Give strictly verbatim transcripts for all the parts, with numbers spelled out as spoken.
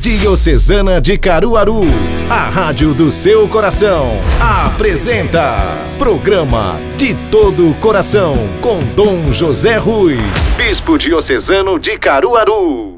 Diocesana de Caruaru, a rádio do seu coração, apresenta programa De Todo o Coração, com Dom José Rui, Bispo Diocesano de Caruaru.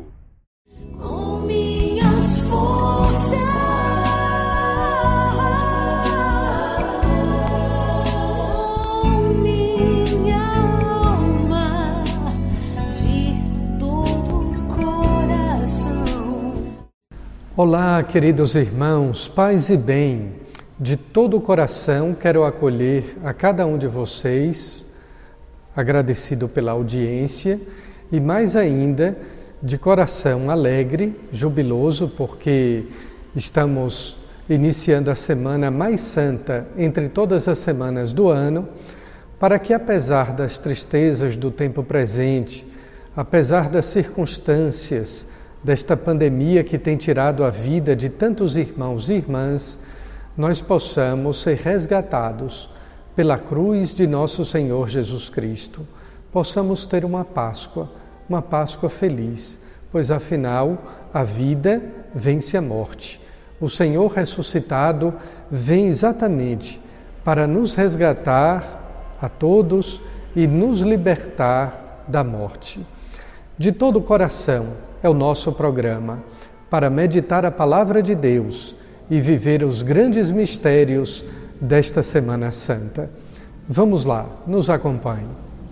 Olá, queridos irmãos, paz e bem. De todo o coração quero acolher a cada um de vocês, agradecido pela audiência e mais ainda de coração alegre, jubiloso, porque estamos iniciando a semana mais santa entre todas as semanas do ano, para que apesar das tristezas do tempo presente, apesar das circunstâncias desta pandemia que tem tirado a vida de tantos irmãos e irmãs, nós possamos ser resgatados pela cruz de nosso Senhor Jesus Cristo. Possamos ter uma Páscoa, uma Páscoa feliz, pois afinal a vida vence a morte. O Senhor ressuscitado vem exatamente para nos resgatar a todos e nos libertar da morte. De todo o coração, é o nosso programa para meditar a Palavra de Deus e viver os grandes mistérios desta Semana Santa. Vamos lá, nos acompanhe.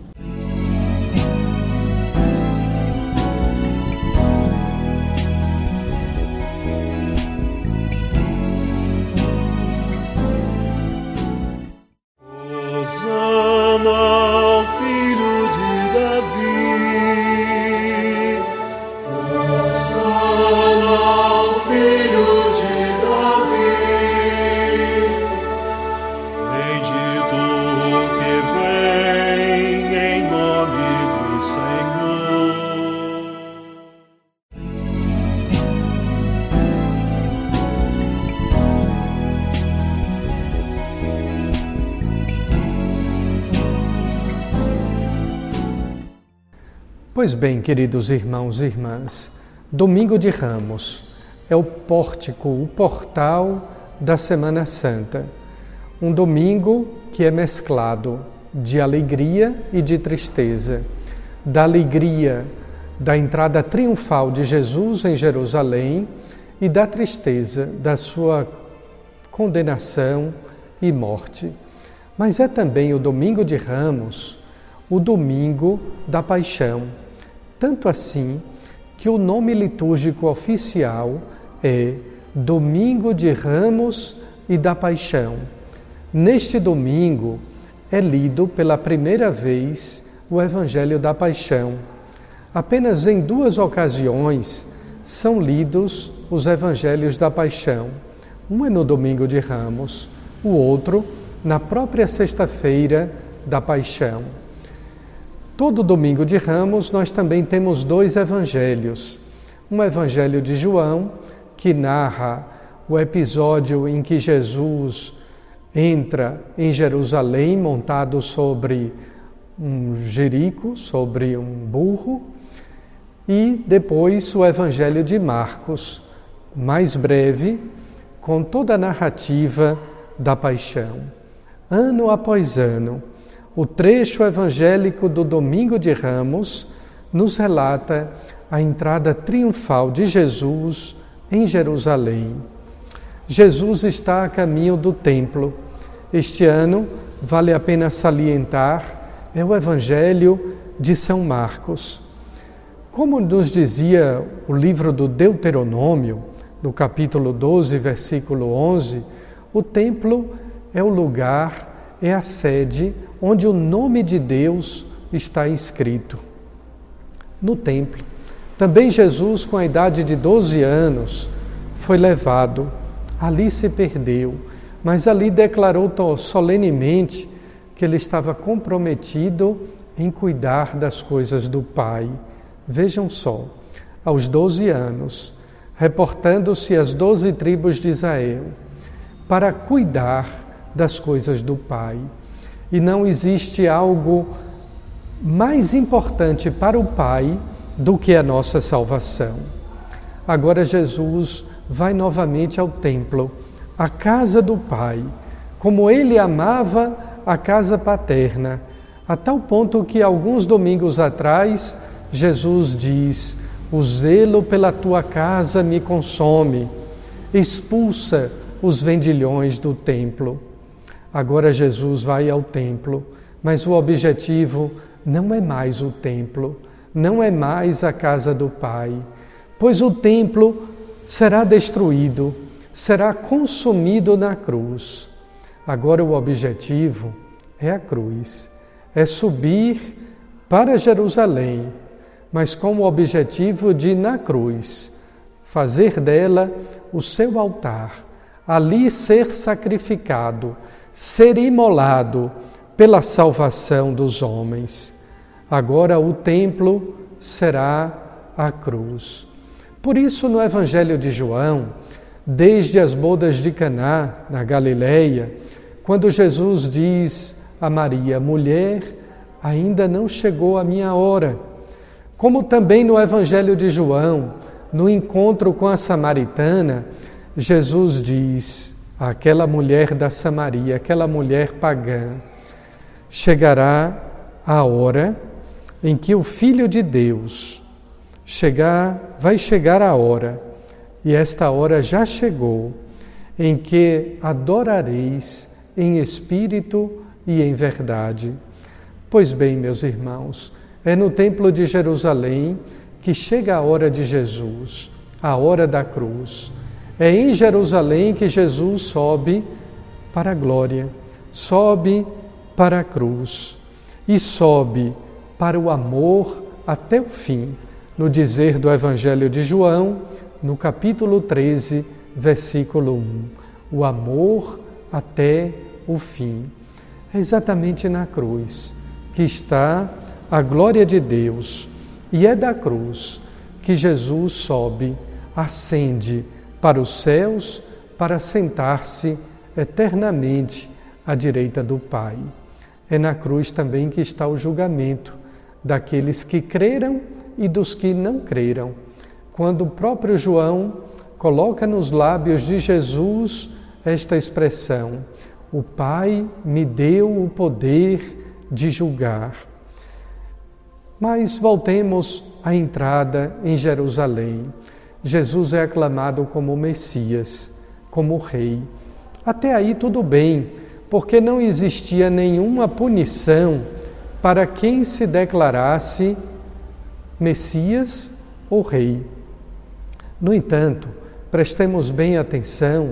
Pois bem, queridos irmãos e irmãs, Domingo de Ramos é o pórtico, o portal da Semana Santa. Um domingo que é mesclado de alegria e de tristeza. Da alegria da entrada triunfal de Jesus em Jerusalém e da tristeza da sua condenação e morte. Mas é também o Domingo de Ramos, o domingo da paixão. Tanto assim que o nome litúrgico oficial é Domingo de Ramos e da Paixão. Neste domingo é lido pela primeira vez o Evangelho da Paixão. Apenas em duas ocasiões são lidos os Evangelhos da Paixão. Um é no Domingo de Ramos, o outro na própria sexta-feira da Paixão. Todo domingo de Ramos nós também temos dois evangelhos. Um evangelho de João, que narra o episódio em que Jesus entra em Jerusalém montado sobre um jerico, sobre um burro, e depois o evangelho de Marcos, mais breve, com toda a narrativa da paixão. Ano após ano, o trecho evangélico do Domingo de Ramos nos relata a entrada triunfal de Jesus em Jerusalém. Jesus está a caminho do templo. Este ano, vale a pena salientar, é o Evangelho de São Marcos. Como nos dizia o livro do Deuteronômio, no capítulo doze, versículo onze, o templo é o lugar, é a sede onde o nome de Deus está escrito. No templo. Também Jesus, com a idade de doze anos, foi levado. Ali se perdeu, mas ali declarou solenemente que ele estava comprometido em cuidar das coisas do Pai. Vejam só, aos doze anos, reportando-se às doze tribos de Israel, para cuidar das coisas do Pai. E não existe algo mais importante para o Pai do que a nossa salvação. agora Jesus vai novamente ao templo, à casa do Pai, como ele amava a casa paterna, a tal ponto que alguns domingos atrás, Jesus diz: o zelo pela tua casa me consome, expulsa os vendilhões do templo. Agora Jesus vai ao templo, mas o objetivo não é mais o templo, não é mais a casa do Pai, pois o templo será destruído, será consumido na cruz. Agora o objetivo é a cruz, é subir para Jerusalém, mas com o objetivo de, na cruz, fazer dela o seu altar, ali ser sacrificado, ser imolado pela salvação dos homens. Agora o templo será a cruz. Por isso, no Evangelho de João, desde as bodas de Caná, na Galileia, quando Jesus diz a Maria: mulher, ainda não chegou a minha hora. Como também no Evangelho de João, no encontro com a samaritana, Jesus diz àquela mulher da Samaria, aquela mulher pagã: chegará a hora em que o Filho de Deus chegar, vai chegar a hora, e esta hora já chegou, em que adorareis em espírito e em verdade. Pois bem, meus irmãos, é no Templo de Jerusalém que chega a hora de Jesus, a hora da cruz. É em Jerusalém que Jesus sobe para a glória, sobe para a cruz e sobe para o amor até o fim, no dizer do Evangelho de João, no capítulo treze, versículo um. O amor até o fim. É exatamente na cruz que está a glória de Deus, e é da cruz que Jesus sobe, ascende para os céus, para sentar-se eternamente à direita do Pai. É na cruz também que está o julgamento daqueles que creram e dos que não creram. Quando o próprio João coloca nos lábios de Jesus esta expressão: o Pai me deu o poder de julgar. Mas voltemos à entrada em Jerusalém. Jesus é aclamado como Messias, como Rei. Até aí tudo bem, porque não existia nenhuma punição para quem se declarasse Messias ou Rei. No entanto, prestemos bem atenção,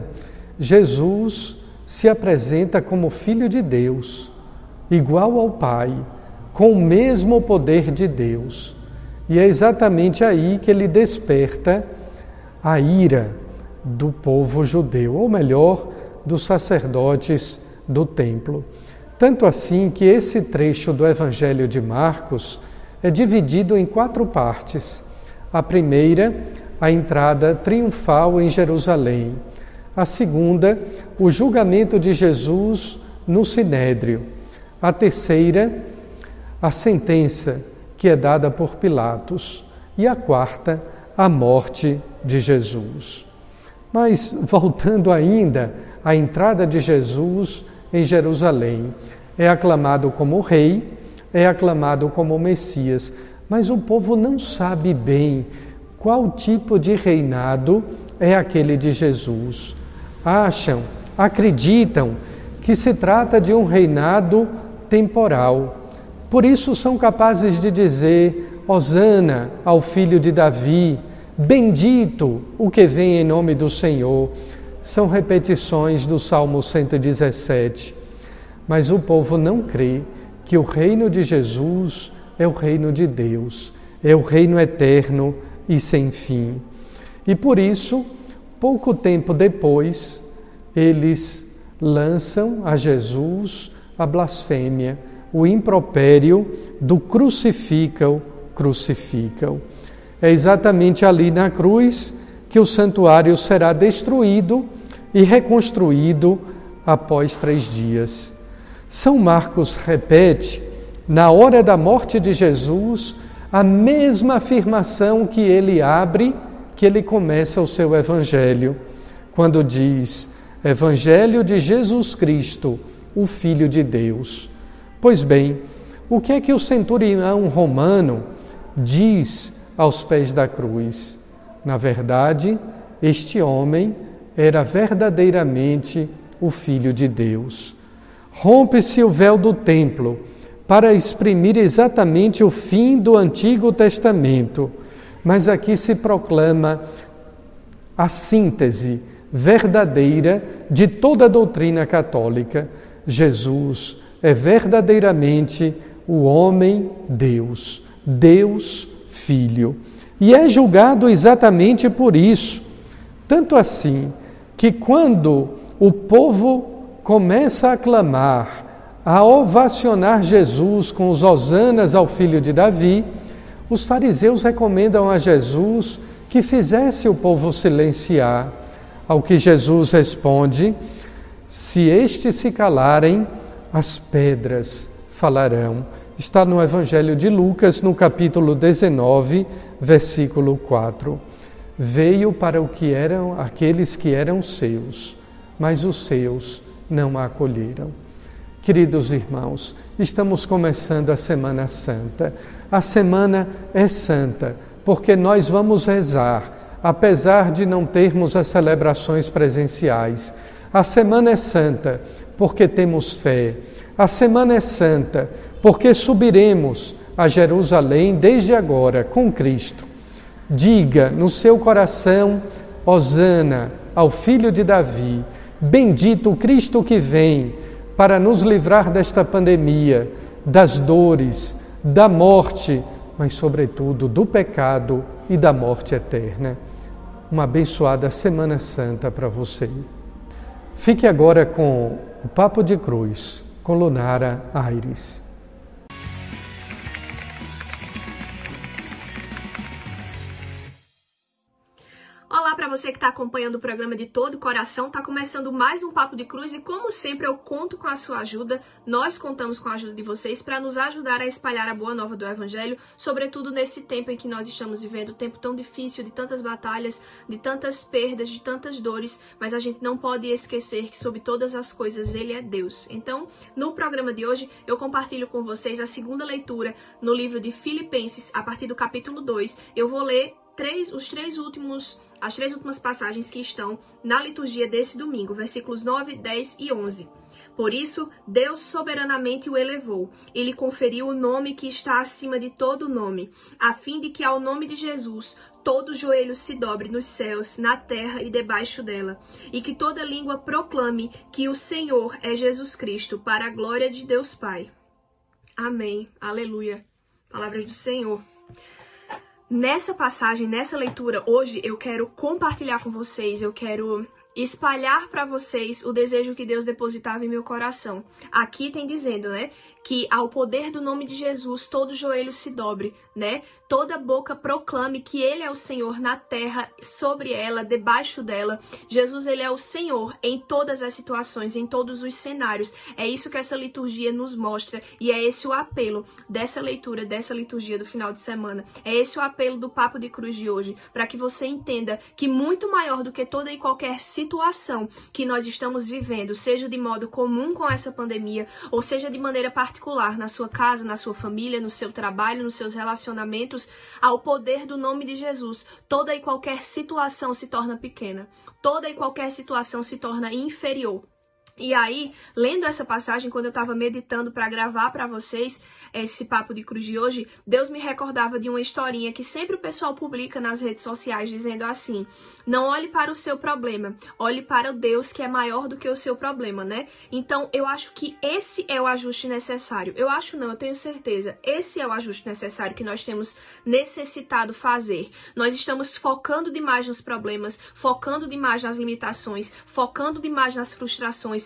Jesus se apresenta como Filho de Deus, igual ao Pai, com o mesmo poder de Deus. E é exatamente aí que ele desperta a ira do povo judeu, ou melhor, dos sacerdotes do templo. Tanto assim que esse trecho do Evangelho de Marcos é dividido em quatro partes. A primeira, a entrada triunfal em Jerusalém. A segunda, o julgamento de Jesus no Sinédrio. A terceira, a sentença que é dada por Pilatos. E a quarta, a morte de Jesus. Mas, voltando ainda à entrada de Jesus em Jerusalém, é aclamado como Rei, é aclamado como Messias, mas o povo não sabe bem qual tipo de reinado é aquele de Jesus. Acham, acreditam que se trata de um reinado temporal. Por isso são capazes de dizer: Hosana ao filho de Davi, bendito o que vem em nome do Senhor. São repetições do Salmo cento e dezessete. Mas o povo não crê que o reino de Jesus é o reino de Deus, é o reino eterno e sem fim. E por isso, pouco tempo depois, eles lançam a Jesus a blasfêmia, o impropério do crucificam, crucificam. É exatamente ali na cruz que o santuário será destruído e reconstruído após três dias. São Marcos repete, na hora da morte de Jesus, a mesma afirmação que ele abre que ele começa o seu evangelho, quando diz: Evangelho de Jesus Cristo, o Filho de Deus. Pois bem, o que é que o centurião romano diz aos pés da cruz? Na verdade, este homem era verdadeiramente o Filho de Deus. Rompe-se o véu do templo para exprimir exatamente o fim do Antigo Testamento, mas aqui se proclama a síntese verdadeira de toda a doutrina católica. Jesus é verdadeiramente o homem Deus, Deus Filho, e é julgado exatamente por isso. Tanto assim que quando o povo começa a clamar, a ovacionar Jesus com os hosanas ao filho de Davi, os fariseus recomendam a Jesus que fizesse o povo silenciar, ao que Jesus responde: se estes se calarem, as pedras falarão. Está no Evangelho de Lucas, no capítulo dezenove, versículo quatro. Veio para o que eram aqueles que eram seus, mas os seus não a acolheram. Queridos irmãos, estamos começando a Semana Santa. A semana é santa, porque nós vamos rezar, apesar de não termos as celebrações presenciais. A semana é santa, porque temos fé. A semana é santa, porque subiremos a Jerusalém desde agora com Cristo. Diga no seu coração: Hosana ao Filho de Davi, bendito o Cristo que vem para nos livrar desta pandemia, das dores, da morte, mas sobretudo do pecado e da morte eterna. Uma abençoada Semana Santa para você. Fique agora com o Papo de Cruz, com Lunara Aires. Olá para você que está acompanhando o programa de todo o coração. Está começando mais um Papo de Cruz e, como sempre, eu conto com a sua ajuda. Nós contamos com a ajuda de vocês para nos ajudar a espalhar a boa nova do Evangelho, sobretudo nesse tempo em que nós estamos vivendo, um tempo tão difícil, de tantas batalhas, de tantas perdas, de tantas dores, mas a gente não pode esquecer que sobre todas as coisas Ele é Deus. Então, no programa de hoje, eu compartilho com vocês a segunda leitura no livro de Filipenses, a partir do capítulo dois. Eu vou ler três, os três últimos... as três últimas passagens que estão na liturgia desse domingo, versículos nove, dez e onze. Por isso, Deus soberanamente o elevou e lhe conferiu o nome que está acima de todo nome, a fim de que ao nome de Jesus todo joelho se dobre nos céus, na terra e debaixo dela, e que toda língua proclame que o Senhor é Jesus Cristo, para a glória de Deus Pai. Amém. Aleluia. Palavras do Senhor. Nessa passagem, nessa leitura, hoje eu quero compartilhar com vocês, eu quero espalhar para vocês o desejo que Deus depositava em meu coração. Aqui tem dizendo, né, que ao poder do nome de Jesus todo joelho se dobre, né? Toda boca proclame que Ele é o Senhor na terra, sobre ela, debaixo dela. Jesus, Ele é o Senhor em todas as situações, em todos os cenários. É isso que essa liturgia nos mostra e é esse o apelo dessa leitura, dessa liturgia do final de semana. É esse o apelo do Papo de Cruz de hoje, para que você entenda que muito maior do que toda e qualquer situação que nós estamos vivendo, seja de modo comum com essa pandemia, ou seja de maneira particular, na sua casa, na sua família, no seu trabalho, nos seus relacionamentos, ao poder do nome de Jesus, toda e qualquer situação se torna pequena, toda e qualquer situação se torna inferior. E aí, lendo essa passagem, quando eu estava meditando para gravar para vocês esse Papo de Cruz de hoje, Deus me recordava de uma historinha que sempre o pessoal publica nas redes sociais, dizendo assim: não olhe para o seu problema, olhe para o Deus que é maior do que o seu problema, né? Então, eu acho que esse é o ajuste necessário. Eu acho não, eu tenho certeza. Esse é o ajuste necessário que nós temos necessitado fazer. Nós estamos focando demais nos problemas, focando demais nas limitações, focando demais nas frustrações,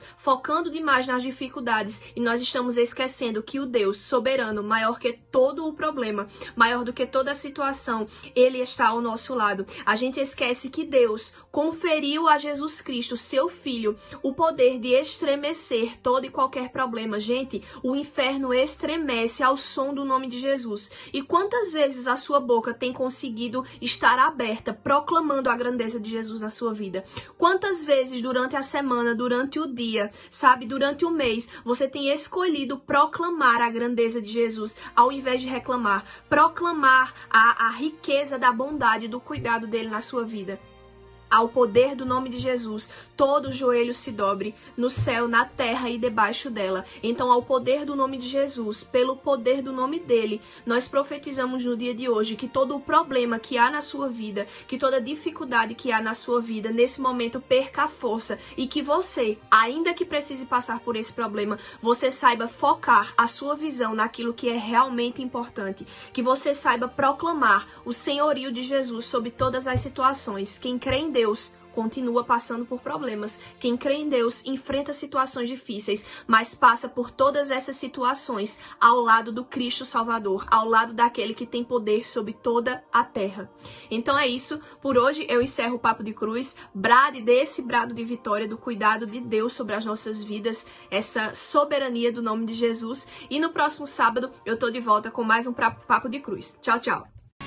vezes focando demais nas dificuldades e nós estamos esquecendo que o Deus soberano, maior que todo o problema, maior do que toda a situação, ele está ao nosso lado. A gente esquece que Deus conferiu a Jesus Cristo, seu Filho, o poder de estremecer todo e qualquer problema. Gente, o inferno estremece ao som do nome de Jesus. E quantas vezes a sua boca tem conseguido estar aberta, proclamando a grandeza de Jesus na sua vida? Quantas vezes durante a semana, durante o dia, sabe, durante o mês, você tem escolhido proclamar a grandeza de Jesus, ao invés de reclamar, proclamar a, a riqueza da bondade e do cuidado dele na sua vida? Ao poder do nome de Jesus, todo joelho se dobre, no céu, na terra e debaixo dela. Então, ao poder do nome de Jesus, pelo poder do nome dele, nós profetizamos no dia de hoje que todo o problema que há na sua vida, que toda dificuldade que há na sua vida, nesse momento perca a força e que você, ainda que precise passar por esse problema, você saiba focar a sua visão naquilo que é realmente importante. Que você saiba proclamar o senhorio de Jesus sobre todas as situações. Quem crê em Deus Deus continua passando por problemas. Quem crê em Deus enfrenta situações difíceis, mas passa por todas essas situações ao lado do Cristo Salvador, ao lado daquele que tem poder sobre toda a terra. Então é isso. Por hoje eu encerro o Papo de Cruz. Brade desse brado de vitória, do cuidado de Deus sobre as nossas vidas, essa soberania do nome de Jesus. E no próximo sábado eu tô de volta com mais um Papo de Cruz. Tchau, tchau.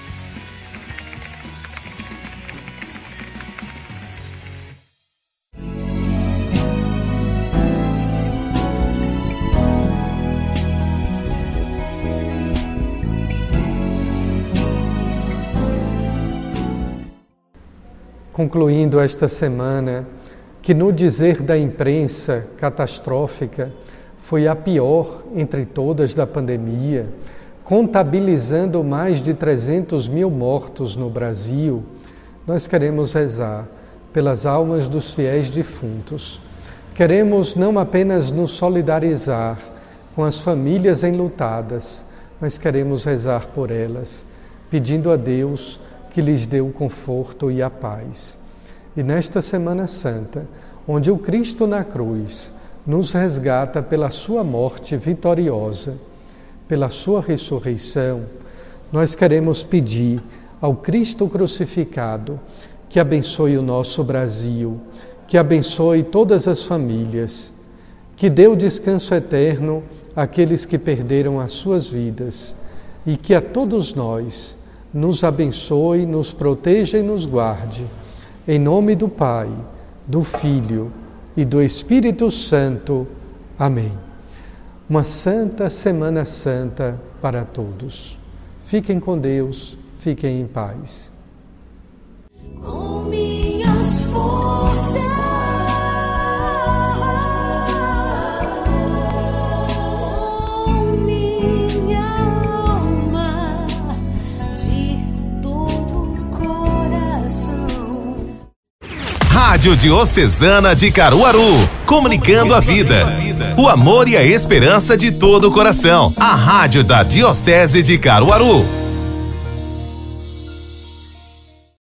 Concluindo esta semana, que no dizer da imprensa catastrófica, foi a pior entre todas da pandemia, contabilizando mais de trezentos mil mortos no Brasil, nós queremos rezar pelas almas dos fiéis defuntos. Queremos não apenas nos solidarizar com as famílias enlutadas, mas queremos rezar por elas, pedindo a Deus que lhes dê o conforto e a paz. E nesta Semana Santa, onde o Cristo na cruz nos resgata pela sua morte vitoriosa, pela sua ressurreição, nós queremos pedir ao Cristo crucificado que abençoe o nosso Brasil, que abençoe todas as famílias, que dê o descanso eterno àqueles que perderam as suas vidas e que a todos nós nos abençoe, nos proteja e nos guarde. Em nome do Pai, do Filho e do Espírito Santo. Amém. Uma santa Semana Santa para todos. Fiquem com Deus, fiquem em paz. Com minhas forças, com minha alma, de todo coração. Rádio Diocesana de Caruaru, comunicando a vida, o amor e a esperança de todo o coração. A rádio da Diocese de Caruaru.